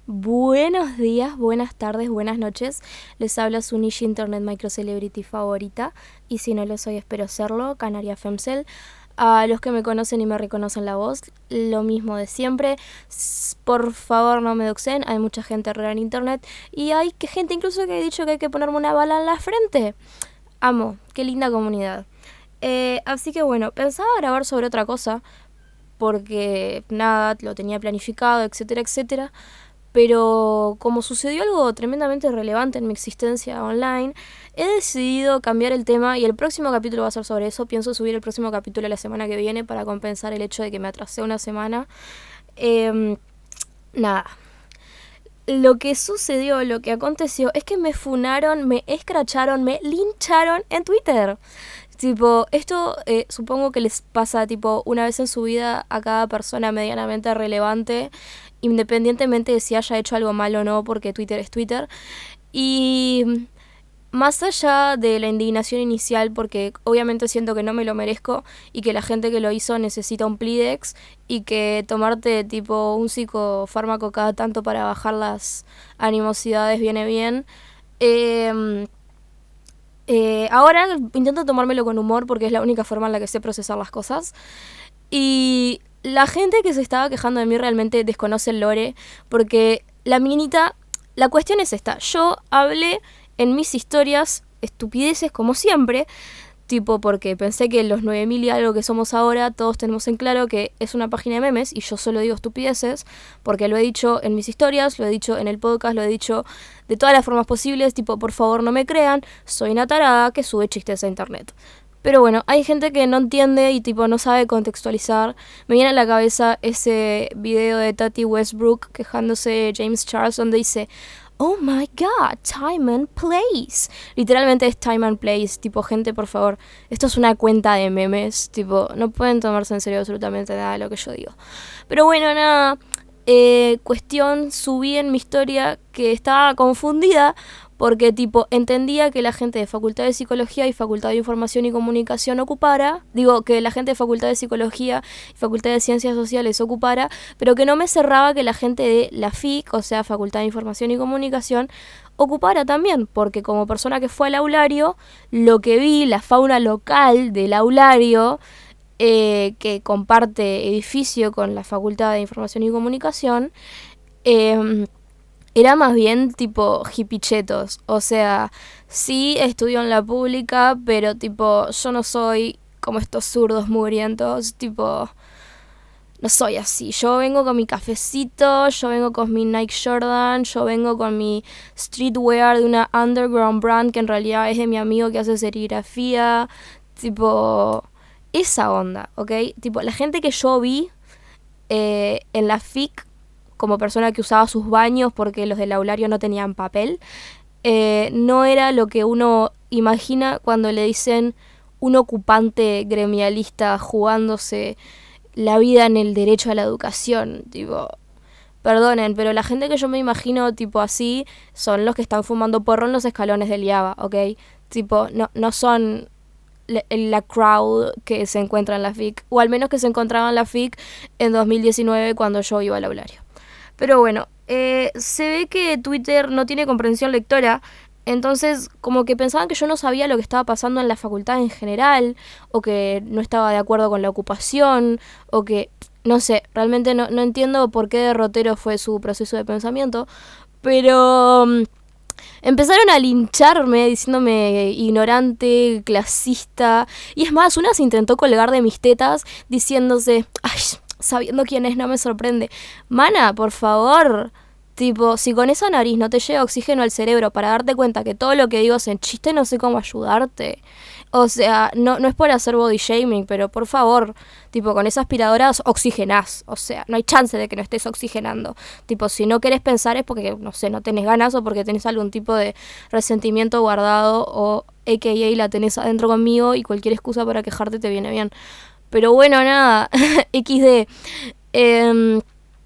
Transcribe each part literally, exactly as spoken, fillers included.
Buenos días, buenas tardes, buenas noches. Les habla su niche internet microcelebrity favorita. Y si no lo soy, espero serlo, Canaria Femcel. A los que me conocen y me reconocen la voz, lo mismo de siempre. S- Por favor, no me doxen. Hay mucha gente rara en internet. Y hay que- gente incluso que ha dicho que hay que ponerme una bala en la frente. Amo, qué linda comunidad. Eh, así que bueno, pensaba grabar sobre otra cosa. Porque nada, lo tenía planificado, etcétera, etcétera. Pero como sucedió algo tremendamente relevante en mi existencia online, he decidido cambiar el tema y el próximo capítulo va a ser sobre eso. Pienso subir el próximo capítulo la semana que viene para compensar el hecho de que me atrasé una semana. Eh, nada. Lo que sucedió, lo que aconteció, es que me funaron, me escracharon, me lincharon en Twitter. Tipo, esto eh, supongo que les pasa tipo una vez en su vida a cada persona medianamente relevante, independientemente de si haya hecho algo mal o no, porque Twitter es Twitter. Y más allá de la indignación inicial, porque obviamente siento que no me lo merezco y que la gente que lo hizo necesita un Plidex y que tomarte tipo un psicofármaco cada tanto para bajar las animosidades viene bien. Eh, eh, ahora intento tomármelo con humor porque es la única forma en la que sé procesar las cosas. Y la gente que se estaba quejando de mí realmente desconoce el lore porque la minita, la cuestión es esta, yo hablé en mis historias estupideces como siempre, tipo porque pensé que los nueve mil y algo que somos ahora todos tenemos en claro que es una página de memes y yo solo digo estupideces porque lo he dicho en mis historias, lo he dicho en el podcast, lo he dicho de todas las formas posibles, tipo por favor no me crean, soy una tarada que sube chistes a internet. Pero bueno, hay gente que no entiende y tipo no sabe contextualizar. Me viene a la cabeza ese video de Tati Westbrook quejándose de James Charles donde dice: "Oh my god, time and place". Literalmente es time and place. Tipo, gente, por favor, esto es una cuenta de memes. Tipo, no pueden tomarse en serio absolutamente nada de lo que yo digo. Pero bueno, nada. Eh, cuestión, subí en mi historia que estaba confundida porque tipo entendía que la gente de Facultad de Psicología y Facultad de Información y Comunicación ocupara, digo que la gente de Facultad de Psicología y Facultad de Ciencias Sociales ocupara, pero que no me cerraba que la gente de la F I C, o sea, Facultad de Información y Comunicación, ocupara también, porque como persona que fue al aulario, lo que vi, la fauna local del aulario, eh, que comparte edificio con la Facultad de Información y Comunicación, eh, era más bien tipo hipichetos. O sea, sí estudio en la pública, pero tipo yo no soy como estos zurdos mugrientos, tipo no soy así. Yo vengo con mi cafecito, yo vengo con mi Nike Jordan, yo vengo con mi streetwear de una underground brand que en realidad es de mi amigo que hace serigrafía. Tipo, esa onda, ¿ok? Tipo, la gente que yo vi eh, en la F I C como persona que usaba sus baños porque los del aulario no tenían papel, eh, no era lo que uno imagina cuando le dicen un ocupante gremialista jugándose la vida en el derecho a la educación. Tipo, perdonen, pero la gente que yo me imagino tipo así son los que están fumando porro en los escalones del IABA, ¿ok? Tipo, no, no son la, la crowd que se encuentra en la F I C, o al menos que se encontraba en la F I C en dos mil diecinueve cuando yo iba al aulario. Pero bueno, eh, se ve que Twitter no tiene comprensión lectora, entonces como que pensaban que yo no sabía lo que estaba pasando en la facultad en general, o que no estaba de acuerdo con la ocupación, o que, no sé, realmente no, no entiendo por qué derrotero fue su proceso de pensamiento, pero um, empezaron a lincharme diciéndome ignorante, clasista, y es más, una se intentó colgar de mis tetas diciéndose, ay, sabiendo quién es no me sorprende. Mana, por favor, tipo, si con esa nariz no te llega oxígeno al cerebro para darte cuenta que todo lo que digo es en chiste, no sé cómo ayudarte. O sea, no, no es por hacer body shaming, pero por favor, tipo, con esa aspiradora oxigenás. O sea, no hay chance de que no estés oxigenando. Tipo, si no querés pensar es porque, no sé, no tenés ganas o porque tenés algún tipo de resentimiento guardado o a k a la tenés adentro conmigo y cualquier excusa para quejarte te viene bien. Pero bueno, nada, equis de. Eh,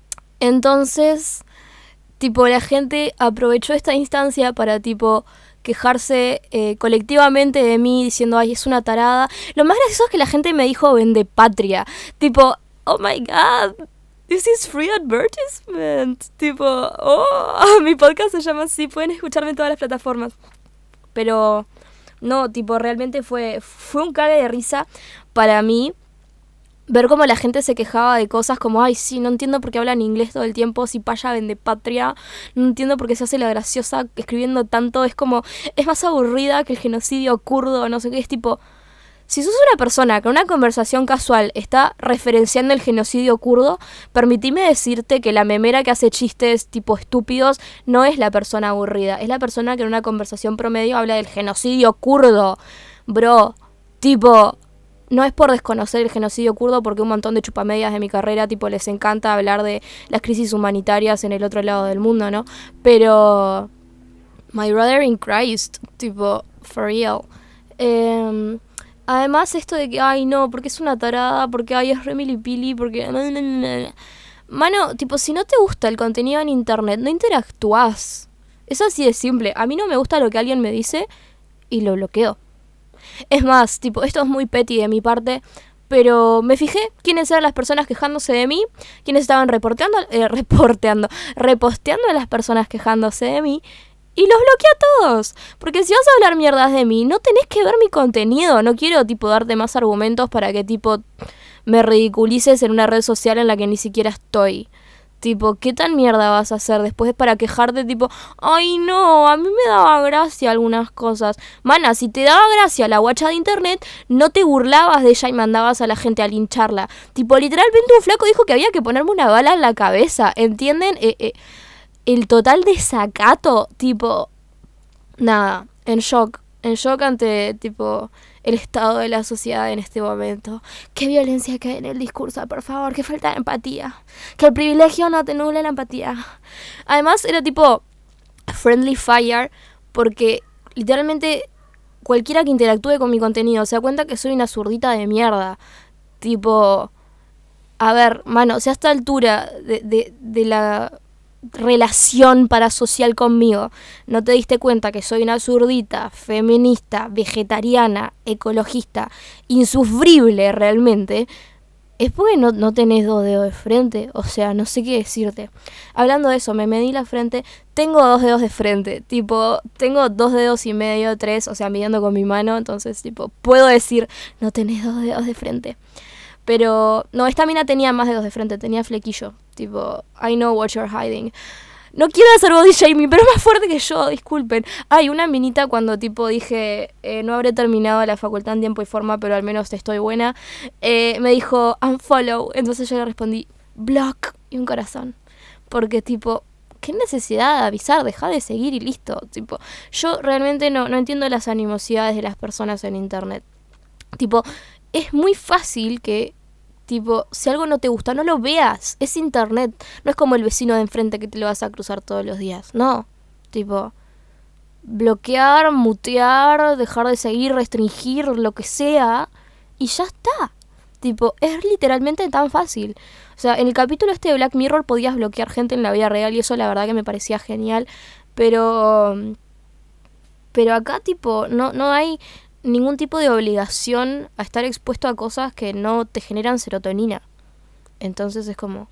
entonces, tipo, la gente aprovechó esta instancia para, tipo, quejarse eh, colectivamente de mí, diciendo, ay, es una tarada. Lo más gracioso es que la gente me dijo, vende patria. Tipo, oh my god, This is free advertisement. Tipo, oh, mi podcast se llama así, pueden escucharme en todas las plataformas. Pero, no, tipo, realmente fue, fue un cague de risa para mí ver cómo la gente se quejaba de cosas como, ay, sí, no entiendo por qué hablan inglés todo el tiempo, si paya vende patria, no entiendo por qué se hace la graciosa escribiendo tanto, es como, es más aburrida que el genocidio kurdo, no sé qué, es tipo, si sos una persona que en una conversación casual está referenciando el genocidio kurdo, permitime decirte que la memera que hace chistes tipo estúpidos no es la persona aburrida, es la persona que en una conversación promedio habla del genocidio kurdo, bro, tipo... No es por desconocer el genocidio kurdo porque un montón de chupamedias de mi carrera tipo les encanta hablar de las crisis humanitarias en el otro lado del mundo, ¿no? Pero... My brother in Christ, tipo, for real. Eh, además esto de que, ay no, porque es una tarada, porque ay es re milipili, porque... Mano, tipo, si no te gusta el contenido en internet, no interactúas. Es así de simple. A mí no me gusta lo que alguien me dice y lo bloqueo. Es más, tipo, esto es muy petty de mi parte, pero me fijé quiénes eran las personas quejándose de mí, quiénes estaban reporteando, eh, reporteando, reposteando a las personas quejándose de mí, y los bloqueé a todos. Porque si vas a hablar mierdas de mí, no tenés que ver mi contenido. No quiero, tipo, darte más argumentos para que, tipo, me ridiculices en una red social en la que ni siquiera estoy. Tipo, ¿qué tan mierda vas a hacer después para quejarte? Tipo, ay no, a mí me daba gracia algunas cosas. Mana, si te daba gracia la guacha de internet, no te burlabas de ella y mandabas a la gente a lincharla. Tipo, literalmente un flaco dijo que había que ponerme una bala en la cabeza, ¿entienden? Eh, eh, el total desacato, tipo, nada, en shock. En shock ante, tipo, el estado de la sociedad en este momento. Qué violencia que hay en el discurso, por favor, qué falta de empatía. Que el privilegio no te nuble la empatía. Además, era tipo friendly fire, porque literalmente cualquiera que interactúe con mi contenido se da cuenta que soy una zurdita de mierda. Tipo, a ver, mano, o sea, a esta altura de, de, de la... relación parasocial conmigo, no te diste cuenta que soy una zurdita, feminista, vegetariana, ecologista, insufrible realmente, es porque no, no tenés dos dedos de frente, o sea, no sé qué decirte. Hablando de eso, me medí la frente, tengo dos dedos de frente, tipo, tengo dos dedos y medio, tres, o sea, midiendo con mi mano, entonces, tipo, puedo decir, no tenés dos dedos de frente. Pero, no, esta mina tenía más dedos de frente, tenía flequillo. Tipo, I know what you're hiding. No quiero hacer body shaming, pero es más fuerte que yo, disculpen. Ay, una minita cuando tipo dije, eh, no habré terminado la facultad en tiempo y forma, pero al menos estoy buena, eh, me dijo, unfollow. Entonces yo le respondí, block, y un corazón. Porque tipo, ¿qué necesidad de avisar? Deja de seguir y listo. Tipo, yo realmente no, no entiendo las animosidades de las personas en internet. Tipo, es muy fácil que... Tipo, si algo no te gusta, no lo veas. Es internet. No es como el vecino de enfrente que te lo vas a cruzar todos los días. No. Tipo, bloquear, mutear, dejar de seguir, restringir, lo que sea. Y ya está. Tipo, es literalmente tan fácil. O sea, en el capítulo este de Black Mirror podías bloquear gente en la vida real y eso la verdad que me parecía genial. Pero... Pero acá, tipo, no, no hay... ningún tipo de obligación a estar expuesto a cosas que no te generan serotonina. Entonces es como...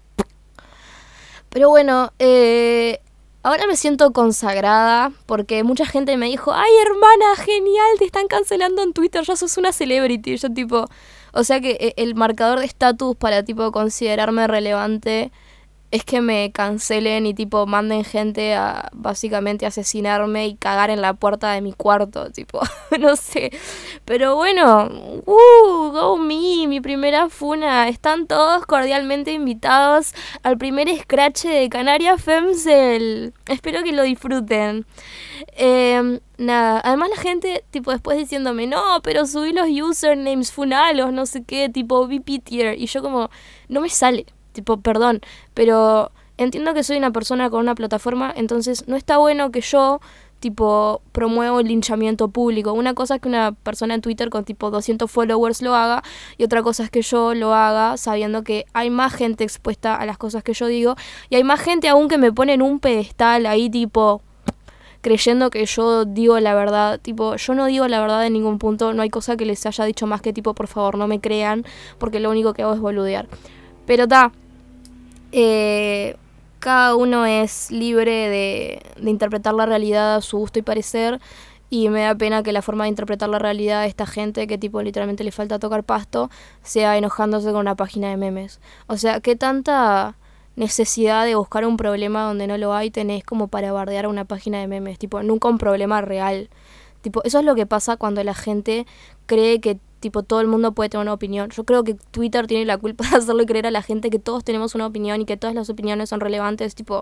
Pero bueno, eh, ahora me siento consagrada porque mucha gente me dijo, ay hermana, genial, te están cancelando en Twitter, ya sos una celebrity. Yo tipo... O sea que el marcador de estatus para tipo considerarme relevante es que me cancelen y tipo manden gente a básicamente asesinarme y cagar en la puerta de mi cuarto, tipo, no sé. Pero bueno, uh, go me, mi primera funa. Están todos cordialmente invitados al primer scratch de Canaria Femcel. Espero que lo disfruten. Eh, nada, además la gente, tipo, después diciéndome, no, pero subí los usernames funalos, no sé qué, tipo, V P tier. Y yo como, no me sale. Tipo, perdón, pero entiendo que soy una persona con una plataforma, entonces no está bueno que yo, tipo, promuevo el linchamiento público. Una cosa es que una persona en Twitter con, tipo, doscientos followers lo haga, y otra cosa es que yo lo haga sabiendo que hay más gente expuesta a las cosas que yo digo, y hay más gente aún que me pone en un pedestal ahí, tipo, creyendo que yo digo la verdad. Tipo, yo no digo la verdad en ningún punto, no hay cosa que les haya dicho más que, tipo, por favor, no me crean, porque lo único que hago es boludear. Pero ta... Eh, cada uno es libre de, de interpretar la realidad a su gusto y parecer, y me da pena que la forma de interpretar la realidad de esta gente, que tipo literalmente le falta tocar pasto, sea enojándose con una página de memes. O sea, ¿qué tanta necesidad de buscar un problema donde no lo hay tenés como para bardear a una página de memes? Tipo, nunca un problema real. Tipo, eso es lo que pasa cuando la gente cree que tipo todo el mundo puede tener una opinión. Yo creo que Twitter tiene la culpa de hacerle creer a la gente que todos tenemos una opinión y que todas las opiniones son relevantes. Tipo,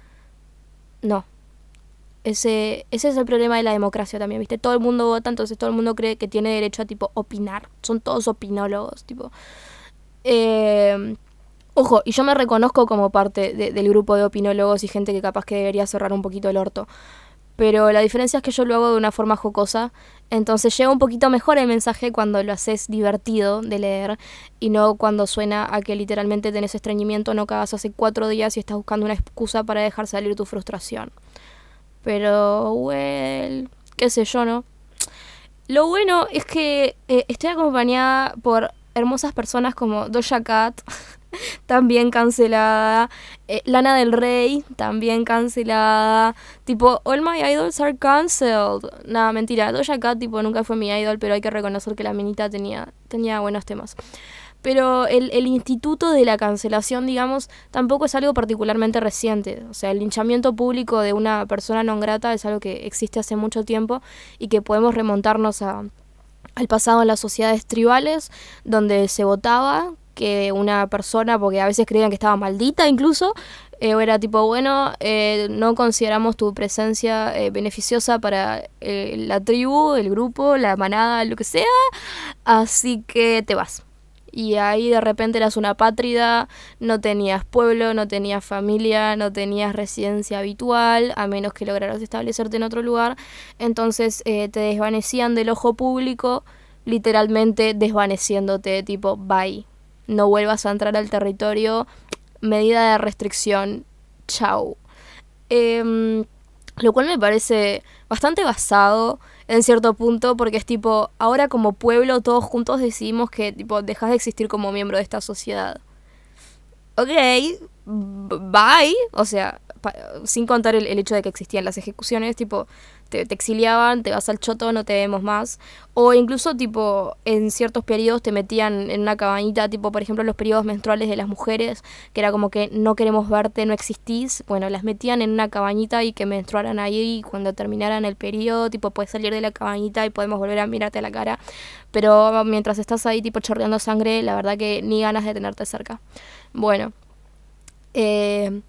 no. Ese, ese es el problema de la democracia también, ¿viste? Todo el mundo vota, entonces todo el mundo cree que tiene derecho a, tipo, opinar. Son todos opinólogos, tipo. Eh, ojo, y yo me reconozco como parte de, del grupo de opinólogos y gente que capaz que debería cerrar un poquito el orto. Pero la diferencia es que yo lo hago de una forma jocosa, entonces llega un poquito mejor el mensaje cuando lo haces divertido de leer y no cuando suena a que literalmente tenés estreñimiento, no cagas hace cuatro días y estás buscando una excusa para dejar salir tu frustración. Pero, well, qué sé yo, ¿no? Lo bueno es que eh, estoy acompañada por hermosas personas como Doja Cat, también cancelada, eh, Lana del Rey, también cancelada, tipo, all my idols are cancelled. Nada, mentira, Doja Cat, tipo, nunca fue mi idol, pero hay que reconocer que la minita tenía, tenía buenos temas. Pero el, el instituto de la cancelación, digamos, tampoco es algo particularmente reciente. O sea, el linchamiento público de una persona non grata es algo que existe hace mucho tiempo y que podemos remontarnos a, al pasado en las sociedades tribales, donde se votaba que una persona, porque a veces creían que estaba maldita incluso, eh, era tipo, bueno, eh, no consideramos tu presencia eh, beneficiosa para eh, la tribu, el grupo, la manada, lo que sea, así que te vas. Y ahí de repente eras una apátrida, no tenías pueblo, no tenías familia, no tenías residencia habitual, a menos que lograras establecerte en otro lugar. Entonces eh, te desvanecían del ojo público, literalmente desvaneciéndote, tipo, bye. No vuelvas a entrar al territorio, medida de restricción, chau. Eh, lo cual me parece bastante basado en cierto punto, porque es tipo, ahora como pueblo todos juntos decidimos que tipo dejas de existir como miembro de esta sociedad. Ok, bye. O sea, pa- sin contar el, el hecho de que existían las ejecuciones, tipo, te, te exiliaban, te vas al choto, no te vemos más. O incluso, tipo, en ciertos periodos te metían en una cabañita, tipo, por ejemplo, los periodos menstruales de las mujeres, que era como que no queremos verte, no existís. Bueno, las metían en una cabañita y que menstruaran ahí, y cuando terminaran el periodo, tipo, puedes salir de la cabañita y podemos volver a mirarte a la cara. Pero mientras estás ahí, tipo, chorreando sangre, la verdad que ni ganas de tenerte cerca. Bueno, eh,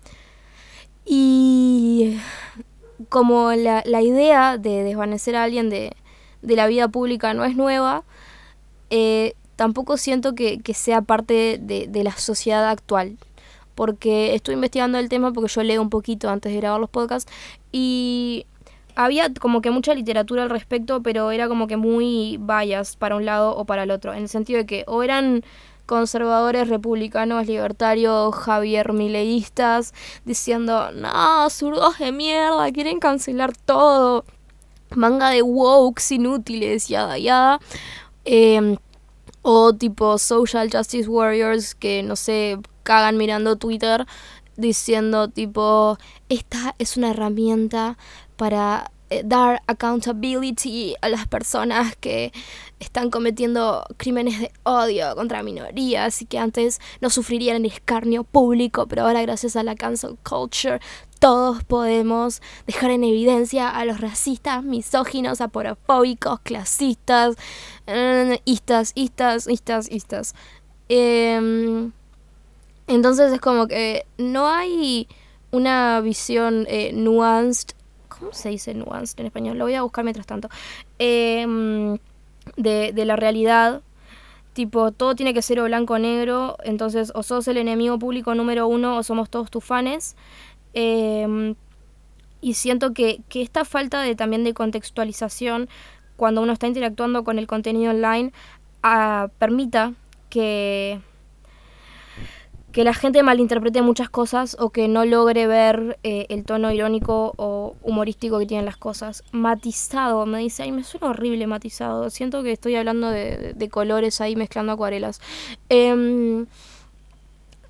y como la, la idea de desvanecer a alguien de, de la vida pública no es nueva, eh, tampoco siento que, que sea parte de, de la sociedad actual. Porque estoy investigando el tema, porque yo leo un poquito antes de grabar los podcasts, y había como que mucha literatura al respecto, pero era como que muy bias para un lado o para el otro, en el sentido de que o eran conservadores, republicanos, libertarios, Javier Mileístas, diciendo, no, zurdos de mierda, quieren cancelar todo, manga de wokes inútiles, yada, yada. Eh, o tipo social justice warriors que, no sé, cagan mirando Twitter diciendo tipo, esta es una herramienta para eh, dar accountability a las personas que están cometiendo crímenes de odio contra minorías y que antes no sufrirían el escarnio público, pero ahora gracias a la cancel culture todos podemos dejar en evidencia a los racistas, misóginos, aporofóbicos, clasistas, eh, istas, istas, istas, istas. Eh, entonces es como que no hay una visión eh, nuanced. ¿Cómo se dice nuanced en español? Lo voy a buscar mientras tanto. Eh, de, de la realidad. Tipo, todo tiene que ser o blanco o negro. Entonces, o sos el enemigo público número uno o somos todos tus fanes. Eh, y siento que, que esta falta de también de contextualización cuando uno está interactuando con el contenido online uh, permita que que la gente malinterprete muchas cosas o que no logre ver eh, el tono irónico o humorístico que tienen las cosas. Matizado, me dice, ay, me suena horrible matizado. Siento que estoy hablando de, de colores ahí mezclando acuarelas. Eh,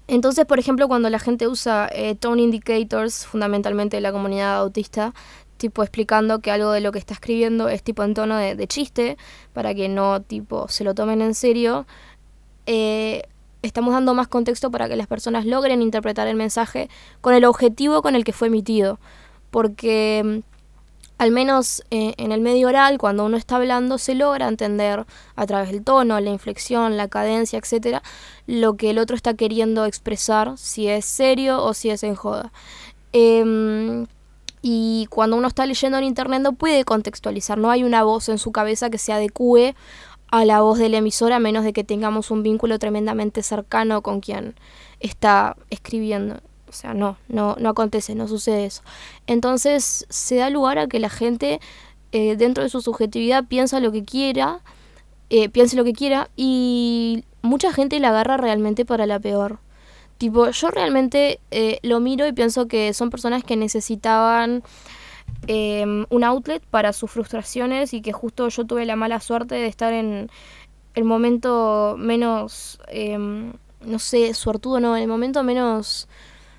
Entonces, por ejemplo, cuando la gente usa eh, tone indicators, fundamentalmente la comunidad autista, tipo explicando que algo de lo que está escribiendo es tipo en tono de, de chiste, para que no tipo se lo tomen en serio, eh, estamos dando más contexto para que las personas logren interpretar el mensaje con el objetivo con el que fue emitido. Porque al menos eh, en el medio oral, cuando uno está hablando, se logra entender a través del tono, la inflexión, la cadencia, etcétera, lo que el otro está queriendo expresar, si es serio o si es en joda. Eh, y cuando uno está leyendo en internet no puede contextualizar, no hay una voz en su cabeza que se adecue a la voz del emisor, a menos de que tengamos un vínculo tremendamente cercano con quien está escribiendo. O sea, no, no, no acontece, no sucede eso. Entonces se da lugar a que la gente, eh, dentro de su subjetividad, piensa lo que quiera, eh, piense lo que quiera, y mucha gente la agarra realmente para la peor. Tipo, yo realmente eh, lo miro y pienso que son personas que necesitaban eh, un outlet para sus frustraciones, y que justo yo tuve la mala suerte de estar en el momento menos, eh, no sé, suertudo, no, en el momento menos,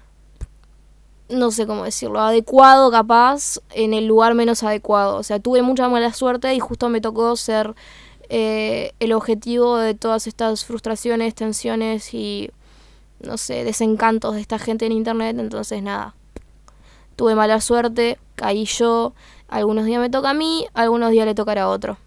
no sé cómo decirlo, adecuado capaz, en el lugar menos adecuado. O sea, tuve mucha mala suerte y justo me tocó ser eh, el objetivo de todas estas frustraciones, tensiones y, no sé, desencantos de esta gente en internet. Entonces nada, tuve mala suerte, caí yo, algunos días me toca a mí, algunos días le tocará a otro.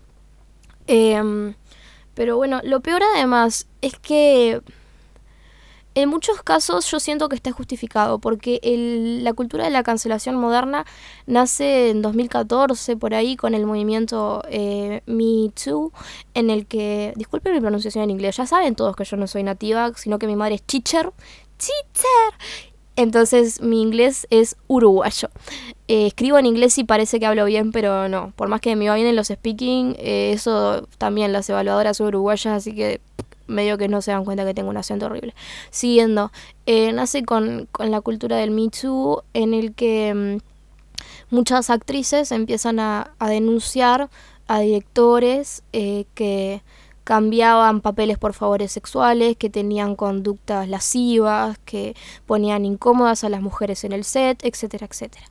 Eh, pero bueno, lo peor además es que en muchos casos yo siento que está justificado, porque el, la cultura de la cancelación moderna nace en dos mil catorce, por ahí, con el movimiento eh, Me Too, en el que, disculpen mi pronunciación en inglés, ya saben todos que yo no soy nativa, sino que mi madre es teacher, teacher, entonces mi inglés es uruguayo. Eh, escribo en inglés y parece que hablo bien, pero no, por más que me va bien en los speaking, eh, eso también las evaluadoras son uruguayas, así que medio que no se dan cuenta que tengo un acento horrible. Siguiendo, eh, nace con, con la cultura del Me Too, en el que mmm, muchas actrices empiezan a, a denunciar a directores eh, que cambiaban papeles por favores sexuales, que tenían conductas lascivas, que ponían incómodas a las mujeres en el set, etcétera, etcétera.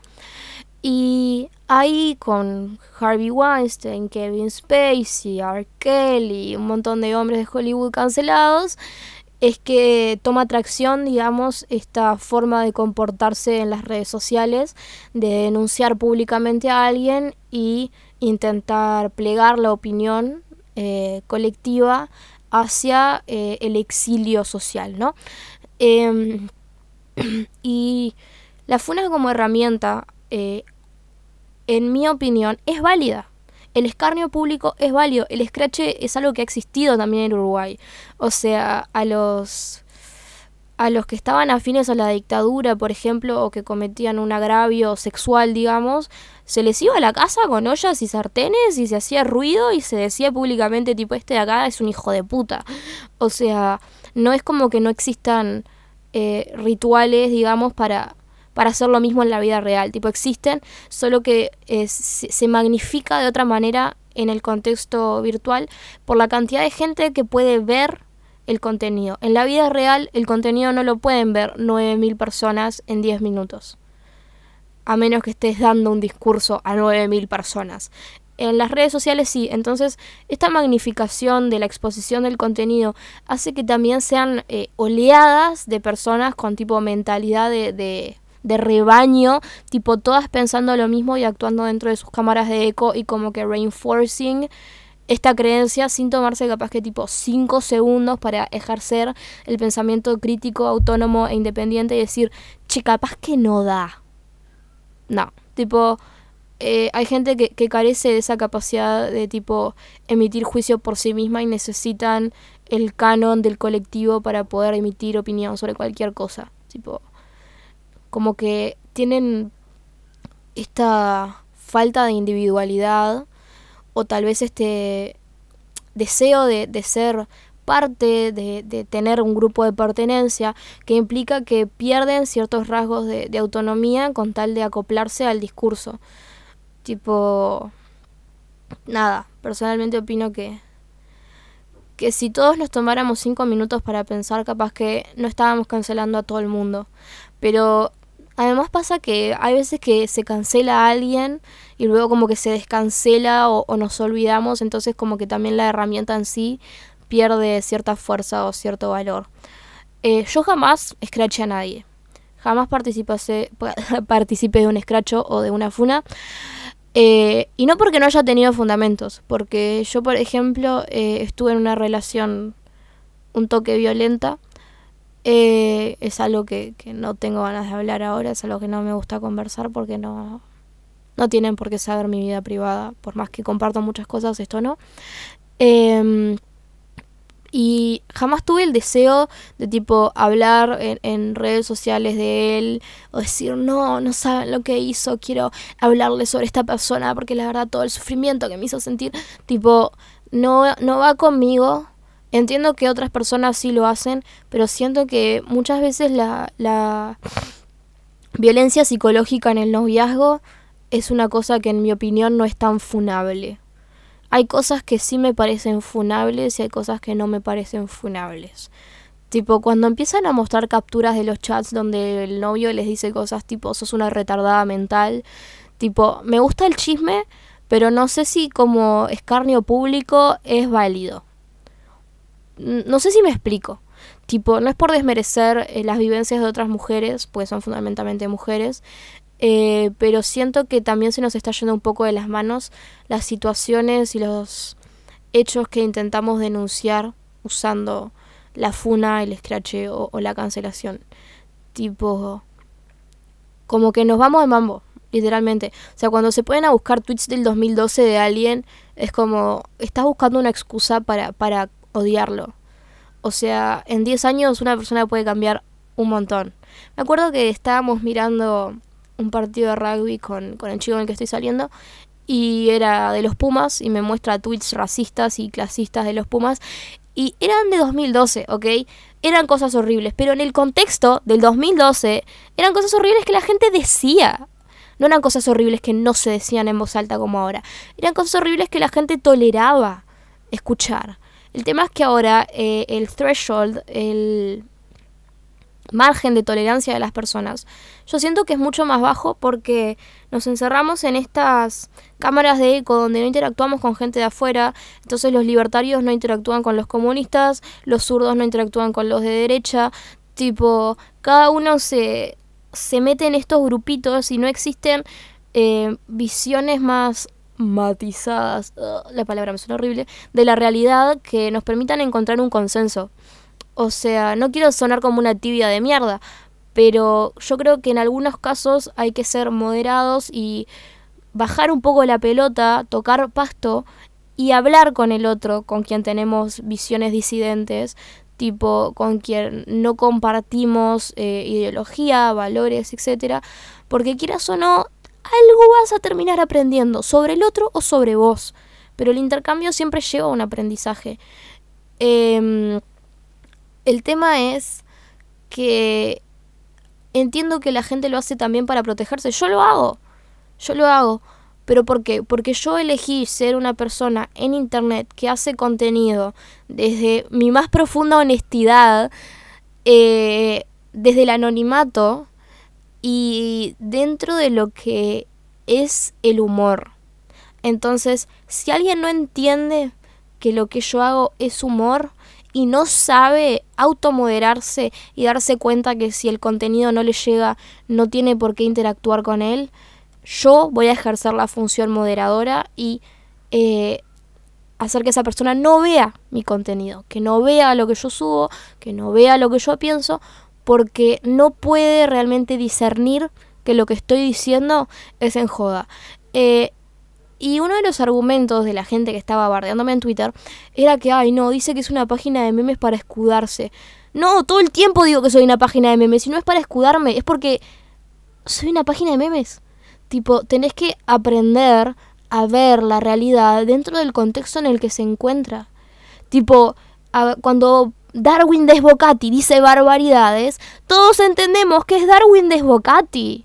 Y ahí con Harvey Weinstein, Kevin Spacey, R. Kelly, un montón de hombres de Hollywood cancelados, es que toma atracción, digamos, esta forma de comportarse en las redes sociales, de denunciar públicamente a alguien y intentar plegar la opinión eh, colectiva hacia eh, el exilio social, ¿no? Eh, y la funa como herramienta, eh, en mi opinión, es válida. El escarnio público es válido. El escrache es algo que ha existido también en Uruguay. O sea, a los a los que estaban afines a la dictadura, por ejemplo, o que cometían un agravio sexual, digamos, se les iba a la casa con ollas y sartenes y se hacía ruido y se decía públicamente, tipo, este de acá es un hijo de puta. O sea, no es como que no existan eh, rituales, digamos, para... para hacer lo mismo en la vida real. Tipo, existen, solo que eh, se, se magnifica de otra manera en el contexto virtual por la cantidad de gente que puede ver el contenido. En la vida real, el contenido no lo pueden ver nueve mil personas en diez minutos. A menos que estés dando un discurso a nueve mil personas. En las redes sociales sí. Entonces, esta magnificación de la exposición del contenido hace que también sean eh, oleadas de personas con tipo mentalidad de... de de rebaño, tipo todas pensando lo mismo y actuando dentro de sus cámaras de eco y como que reinforcing esta creencia sin tomarse capaz que tipo cinco segundos para ejercer el pensamiento crítico, autónomo e independiente y decir, che, capaz que no da. No, tipo, eh, hay gente que, que carece de esa capacidad de tipo emitir juicio por sí misma y necesitan el canon del colectivo para poder emitir opinión sobre cualquier cosa. Tipo, como que tienen esta falta de individualidad o tal vez este deseo de, de ser parte, de, de tener un grupo de pertenencia, que implica que pierden ciertos rasgos de, de autonomía con tal de acoplarse al discurso. Tipo, nada, personalmente opino que que si todos nos tomáramos cinco minutos para pensar, capaz que no estábamos cancelando a todo el mundo. Pero además pasa que hay veces que se cancela a alguien y luego como que se descancela o, o nos olvidamos, entonces como que también la herramienta en sí pierde cierta fuerza o cierto valor. Eh, yo jamás escraché a nadie. Jamás participé, participé de un escracho o de una funa. Eh, y no porque no haya tenido fundamentos. Porque yo, por ejemplo, eh, estuve en una relación un toque violenta. Eh, es algo que, que no tengo ganas de hablar ahora. Es algo que no me gusta conversar porque no, no tienen por qué saber mi vida privada. Por más que comparto muchas cosas, esto no. Eh... Y jamás tuve el deseo de tipo hablar en, en redes sociales de él o decir, no, no saben lo que hizo, quiero hablarle sobre esta persona porque la verdad todo el sufrimiento que me hizo sentir, tipo, no, no va conmigo. Entiendo que otras personas sí lo hacen, pero siento que muchas veces la, la violencia psicológica en el noviazgo es una cosa que en mi opinión no es tan funable. Hay cosas que sí me parecen funables y hay cosas que no me parecen funables. Tipo, cuando empiezan a mostrar capturas de los chats donde el novio les dice cosas tipo, sos una retardada mental. Tipo, me gusta el chisme, pero no sé si como escarnio público es válido. No sé si me explico. Tipo, no es por desmerecer eh, las vivencias de otras mujeres, pues son fundamentalmente mujeres. Eh, pero siento que también se nos está yendo un poco de las manos las situaciones y los hechos que intentamos denunciar usando la funa, el escrache o, o la cancelación. Tipo, como que nos vamos de mambo, literalmente. O sea, cuando se pueden a buscar tweets del dos mil doce de alguien, es como, estás buscando una excusa para, para odiarlo. O sea, en diez años una persona puede cambiar un montón. Me acuerdo que estábamos mirando un partido de rugby con, con el chico con el que estoy saliendo y era de los Pumas y me muestra tweets racistas y clasistas de los Pumas y eran de dos mil doce, ¿ok? Eran cosas horribles, pero en el contexto del dos mil doce eran cosas horribles que la gente decía. No eran cosas horribles que no se decían en voz alta como ahora. Eran cosas horribles que la gente toleraba escuchar. El tema es que ahora eh, el threshold, el margen de tolerancia de las personas, yo siento que es mucho más bajo porque nos encerramos en estas cámaras de eco donde no interactuamos con gente de afuera. Entonces los libertarios no interactúan con los comunistas, los zurdos no interactúan con los de derecha, tipo, cada uno se, se mete en estos grupitos y no existen eh, visiones más matizadas, uh, la palabra me suena horrible, de la realidad que nos permitan encontrar un consenso. O sea, no quiero sonar como una tibia de mierda, pero yo creo que en algunos casos hay que ser moderados y bajar un poco la pelota, tocar pasto y hablar con el otro, con quien tenemos visiones disidentes, tipo con quien no compartimos eh, ideología, valores, etcétera, porque quieras o no, algo vas a terminar aprendiendo sobre el otro o sobre vos, pero el intercambio siempre lleva a un aprendizaje. Eh, El tema es que entiendo que la gente lo hace también para protegerse. Yo lo hago, yo lo hago. ¿Pero por qué? Porque yo elegí ser una persona en internet que hace contenido desde mi más profunda honestidad, eh, desde el anonimato y dentro de lo que es el humor. Entonces, si alguien no entiende que lo que yo hago es humor y no sabe automoderarse y darse cuenta que si el contenido no le llega, no tiene por qué interactuar con él, yo voy a ejercer la función moderadora y eh, hacer que esa persona no vea mi contenido, que no vea lo que yo subo, que no vea lo que yo pienso, porque no puede realmente discernir que lo que estoy diciendo es en joda. Eh, Y uno de los argumentos de la gente que estaba bardeándome en Twitter era que, ay, no, dice que es una página de memes para escudarse. No, todo el tiempo digo que soy una página de memes. Y no es para escudarme, es porque soy una página de memes. Tipo, tenés que aprender a ver la realidad dentro del contexto en el que se encuentra. Tipo, a, cuando Darwin Desbocati dice barbaridades, todos entendemos que es Darwin Desbocati.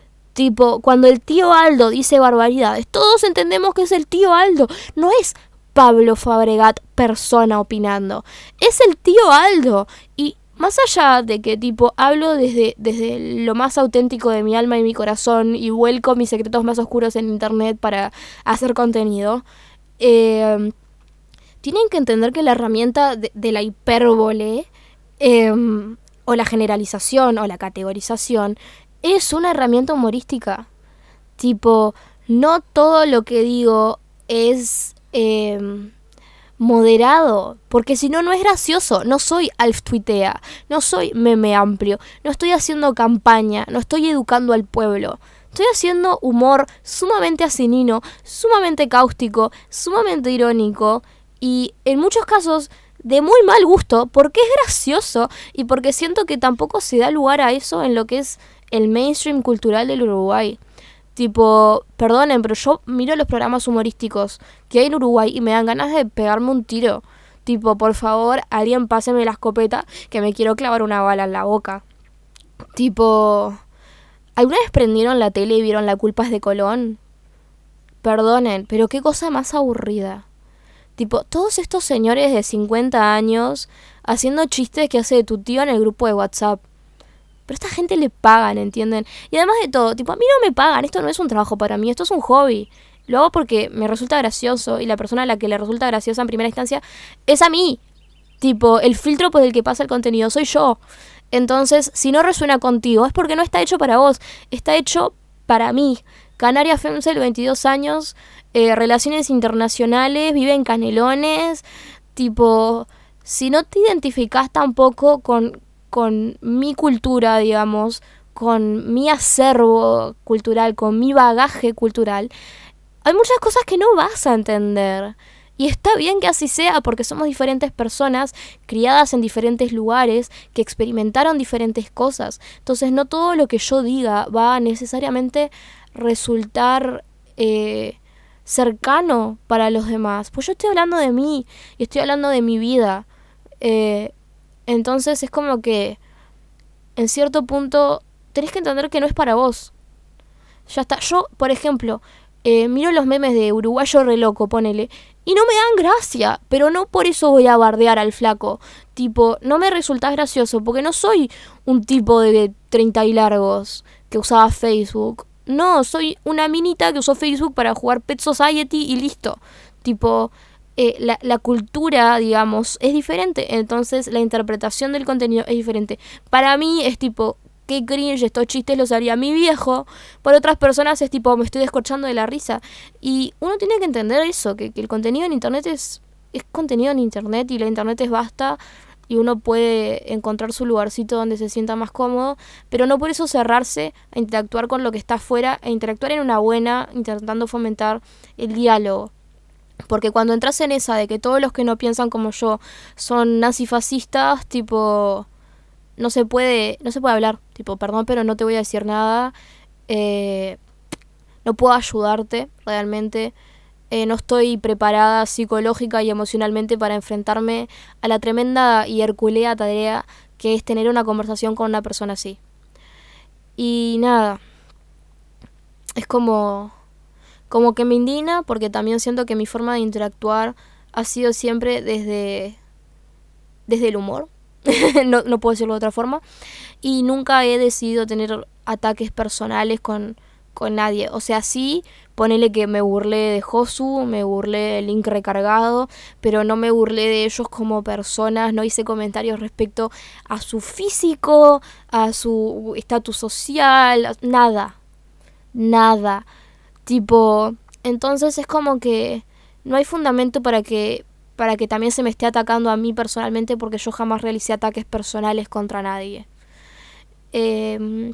Tipo, cuando el tío Aldo dice barbaridades, todos entendemos que es el tío Aldo. No es Pablo Fabregat persona opinando. Es el tío Aldo. Y más allá de que tipo hablo desde, desde lo más auténtico de mi alma y mi corazón y vuelco mis secretos más oscuros en internet para hacer contenido, eh, tienen que entender que la herramienta de, de la hipérbole eh, o la generalización o la categorización es una herramienta humorística. Tipo, no todo lo que digo es eh, moderado, porque si no, no es gracioso. No soy Alf Tuitea, no soy meme amplio, no estoy haciendo campaña, no estoy educando al pueblo. Estoy haciendo humor sumamente asinino, sumamente cáustico, sumamente irónico y en muchos casos de muy mal gusto, porque es gracioso y porque siento que tampoco se da lugar a eso en lo que es el mainstream cultural del Uruguay. Tipo, perdonen, pero yo miro los programas humorísticos que hay en Uruguay y me dan ganas de pegarme un tiro. Tipo, por favor, alguien páseme la escopeta que me quiero clavar una bala en la boca. Tipo, ¿alguna vez prendieron la tele y vieron La culpa es de Colón? Perdonen, pero qué cosa más aburrida. Tipo, todos estos señores de cincuenta años haciendo chistes que hace de tu tío en el grupo de WhatsApp. Pero a esta gente le pagan, ¿entienden? Y además de todo, tipo, a mí no me pagan, esto no es un trabajo para mí, esto es un hobby. Lo hago porque me resulta gracioso y la persona a la que le resulta graciosa en primera instancia es a mí. Tipo, el filtro por el que pasa el contenido soy yo. Entonces, si no resuena contigo, es porque no está hecho para vos, está hecho para mí. Canaria Femcel, veintidós años, eh, relaciones internacionales, vive en Canelones. Tipo, si no te identificás tampoco con... con mi cultura, digamos, con mi acervo cultural, con mi bagaje cultural, hay muchas cosas que no vas a entender. Y está bien que así sea, porque somos diferentes personas, criadas en diferentes lugares, que experimentaron diferentes cosas. Entonces no todo lo que yo diga va a necesariamente resultar eh, cercano para los demás. Pues yo estoy hablando de mí, y estoy hablando de mi vida. Eh... Entonces es como que en cierto punto tenés que entender que no es para vos. Ya está. Yo, por ejemplo, eh, miro los memes de Uruguayo re loco, ponele, y no me dan gracia, pero no por eso voy a bardear al flaco. Tipo, no me resulta gracioso porque no soy un tipo de treinta y largos que usaba Facebook. No, soy una minita que usó Facebook para jugar Pet Society y listo. Tipo... Eh, la, la cultura, digamos, es diferente. Entonces la interpretación del contenido es diferente. Para mí es tipo, qué cringe, estos chistes los haría mi viejo. Para otras personas es tipo, me estoy descorchando de la risa. Y uno tiene que entender eso, que, que el contenido en internet es, es contenido en internet y la internet es vasta. Y uno puede encontrar su lugarcito donde se sienta más cómodo, pero no por eso cerrarse a interactuar con lo que está afuera, e interactuar en una buena, intentando fomentar el diálogo. Porque cuando entras en esa de que todos los que no piensan como yo son nazifascistas, tipo, no se puede, no se puede hablar. Tipo, perdón, pero no te voy a decir nada. Eh, no puedo ayudarte, realmente. Eh, no estoy preparada psicológica y emocionalmente para enfrentarme a la tremenda y herculea tarea que es tener una conversación con una persona así. Y nada, es como... Como que me indigna porque también siento que mi forma de interactuar ha sido siempre desde, desde el humor. no, no puedo decirlo de otra forma. Y nunca he decidido tener ataques personales con, con nadie. O sea, sí, ponele que me burlé de Josu, me burlé del link recargado, pero no me burlé de ellos como personas. No hice comentarios respecto a su físico, a su estatus social, nada. Nada. Tipo, entonces es como que no hay fundamento para que para que también se me esté atacando a mí personalmente porque yo jamás realicé ataques personales contra nadie. Eh,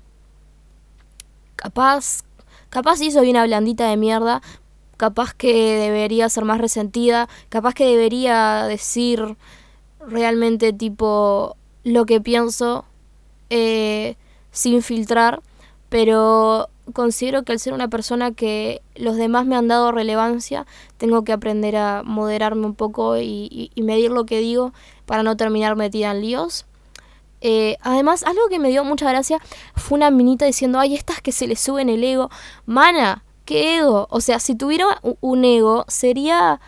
capaz, capaz sí soy una blandita de mierda, capaz que debería ser más resentida, capaz que debería decir realmente tipo lo que pienso eh, sin filtrar, pero... considero que al ser una persona que los demás me han dado relevancia, tengo que aprender a moderarme un poco y, y, y medir lo que digo para no terminar metida en líos. Eh, además, algo que me dio mucha gracia fue una minita diciendo, ay, estas que se le suben el ego. Mana, ¿qué ego? O sea, si tuviera un ego, sería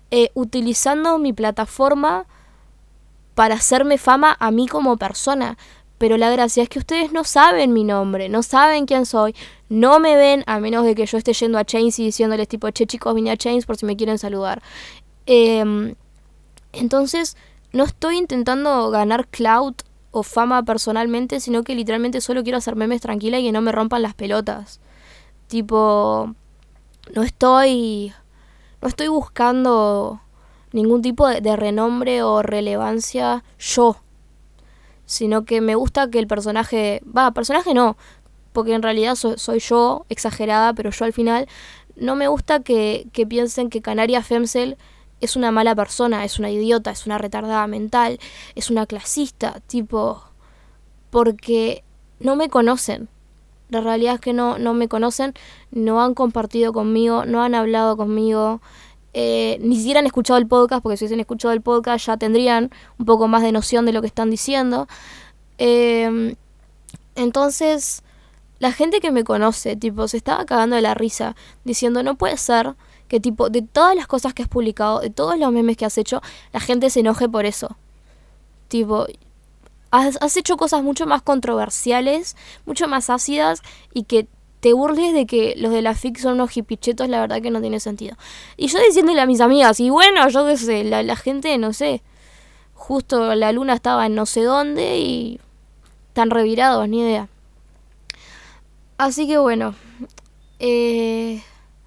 eh, utilizando mi plataforma para hacerme fama a mí como persona. Pero la gracia es que ustedes no saben mi nombre, no saben quién soy, no me ven, a menos de que yo esté yendo a Chains y diciéndoles tipo, che chicos, vine a Chains por si me quieren saludar. Eh, entonces, no estoy intentando ganar clout o fama personalmente, sino que literalmente solo quiero hacer memes tranquila y que no me rompan las pelotas. Tipo, no estoy, no estoy buscando ningún tipo de, de renombre o relevancia yo, sino que me gusta que el personaje, va, personaje no, porque en realidad so, soy yo, exagerada, pero yo al final, no me gusta que, que piensen que Canaria Femcel es una mala persona, es una idiota, es una retardada mental, es una clasista, tipo, porque no me conocen. La realidad es que no, no me conocen, no han compartido conmigo, no han hablado conmigo, eh, ni siquiera han escuchado el podcast, porque si hubiesen escuchado el podcast ya tendrían un poco más de noción de lo que están diciendo. Eh, entonces, la gente que me conoce, tipo, se estaba cagando de la risa, diciendo, no puede ser que, tipo, de todas las cosas que has publicado, de todos los memes que has hecho, la gente se enoje por eso. Tipo, has, has hecho cosas mucho más controversiales, mucho más ácidas, y que te burles de que los de la fic son unos hipichetos, la verdad que no tiene sentido. Y yo diciéndole a mis amigas, y bueno, yo qué sé, la, la gente, no sé, justo la luna estaba en no sé dónde y están revirados, ni idea. Así que bueno, eh,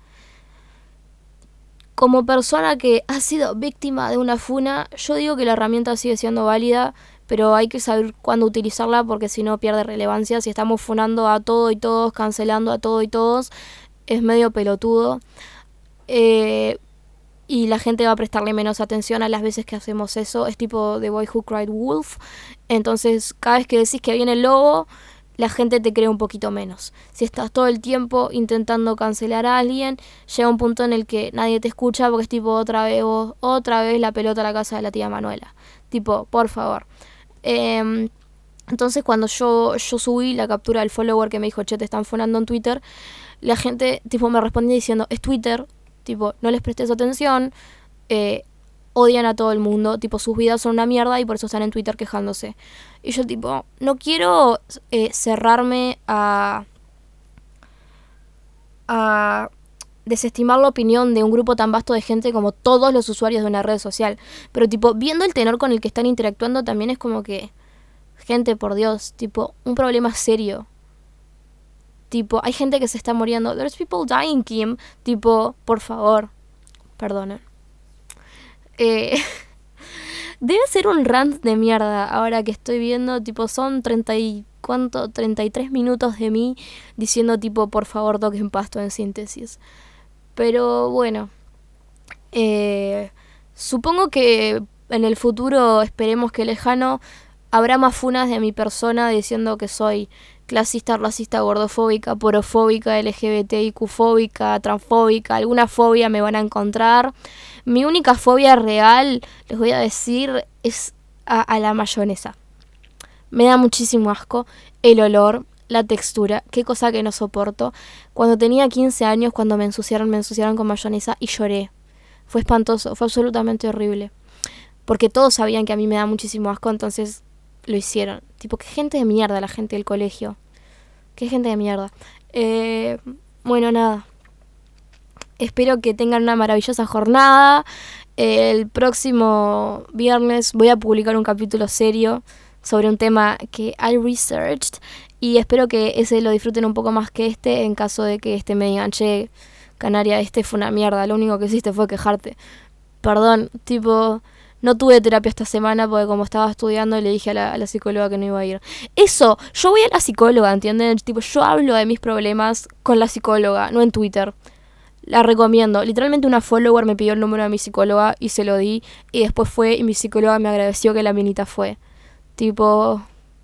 como persona que ha sido víctima de una funa, yo digo que la herramienta sigue siendo válida, pero hay que saber cuándo utilizarla, porque si no pierde relevancia. Si estamos funando a todo y todos, cancelando a todo y todos, es medio pelotudo. Eh, y la gente va a prestarle menos atención a las veces que hacemos eso. Es tipo The Boy Who Cried Wolf. Entonces, cada vez que decís que viene el lobo, la gente te cree un poquito menos. Si estás todo el tiempo intentando cancelar a alguien, llega un punto en el que nadie te escucha, porque es tipo, otra vez vos, otra vez la pelota a la casa de la tía Manuela. Tipo, por favor. Eh, entonces cuando yo, yo subí la captura del follower que me dijo, che, te están fonando en Twitter, la gente tipo me respondía diciendo, es Twitter, tipo, no les prestes atención, eh, odian a todo el mundo, tipo, sus vidas son una mierda y por eso están en Twitter quejándose. Y yo tipo, no quiero eh, cerrarme a a desestimar la opinión de un grupo tan vasto de gente como todos los usuarios de una red social, pero tipo, viendo el tenor con el que están interactuando, también es como que, gente, por Dios, tipo, un problema serio. Tipo, hay gente que se está muriendo. There's people dying, Kim. Tipo, por favor, perdonen. Eh, debe ser un rant de mierda ahora que estoy viendo, tipo, son treinta y cuánto, treinta y tres minutos de mí diciendo tipo, por favor, toquen pasto en síntesis. Pero bueno, eh, supongo que en el futuro, esperemos que lejano, habrá más funas de mi persona diciendo que soy clasista, racista, gordofóbica, porofóbica, LGBTIQ-fóbica, transfóbica, alguna fobia me van a encontrar. Mi única fobia real, les voy a decir, es a, a la mayonesa. Me da muchísimo asco el olor, la textura, qué cosa que no soporto. Cuando tenía quince años, cuando me ensuciaron, me ensuciaron con mayonesa y lloré. Fue espantoso, fue absolutamente horrible. Porque todos sabían que a mí me da muchísimo asco, entonces lo hicieron. Tipo, qué gente de mierda la gente del colegio. Qué gente de mierda. Eh, bueno, nada. Espero que tengan una maravillosa jornada. Eh, el próximo viernes voy a publicar un capítulo serio sobre un tema que I researched. Y espero que ese lo disfruten un poco más que este, en caso de que este me digan, che, Canaria, este fue una mierda, lo único que hiciste fue quejarte. Perdón, tipo, no tuve terapia esta semana porque como estaba estudiando le dije a la, a la psicóloga que no iba a ir. Eso, yo voy a la psicóloga, ¿entienden? Tipo, yo hablo de mis problemas con la psicóloga, no en Twitter. La recomiendo. Literalmente una follower me pidió el número de mi psicóloga y se lo di. Y después fue y mi psicóloga me agradeció que la minita fue. Tipo...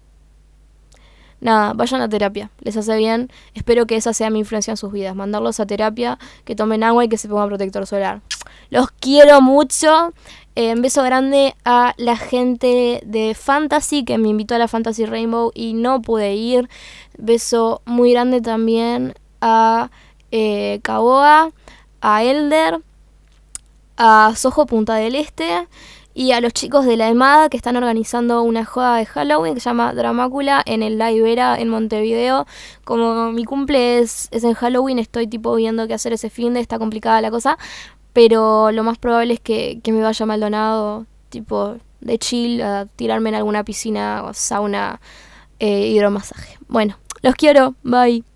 Nada, vayan a terapia, les hace bien. Espero que esa sea mi influencia en sus vidas. Mandarlos a terapia, que tomen agua y que se pongan protector solar. Los quiero mucho. Eh, un beso grande a la gente de Fantasy que me invitó a la Fantasy Rainbow y no pude ir. Beso muy grande también a eh, Kaboa, a Elder, a Soho Punta del Este y a los chicos de la EMAD que están organizando una joda de Halloween que se llama Dramácula en el La Ibera en Montevideo. Como mi cumple es, es en Halloween, estoy tipo viendo qué hacer ese fin de, está complicada la cosa, pero lo más probable es que, que me vaya a Maldonado, tipo de chill, a tirarme en alguna piscina o sauna, eh, hidromasaje. Bueno, los quiero, bye.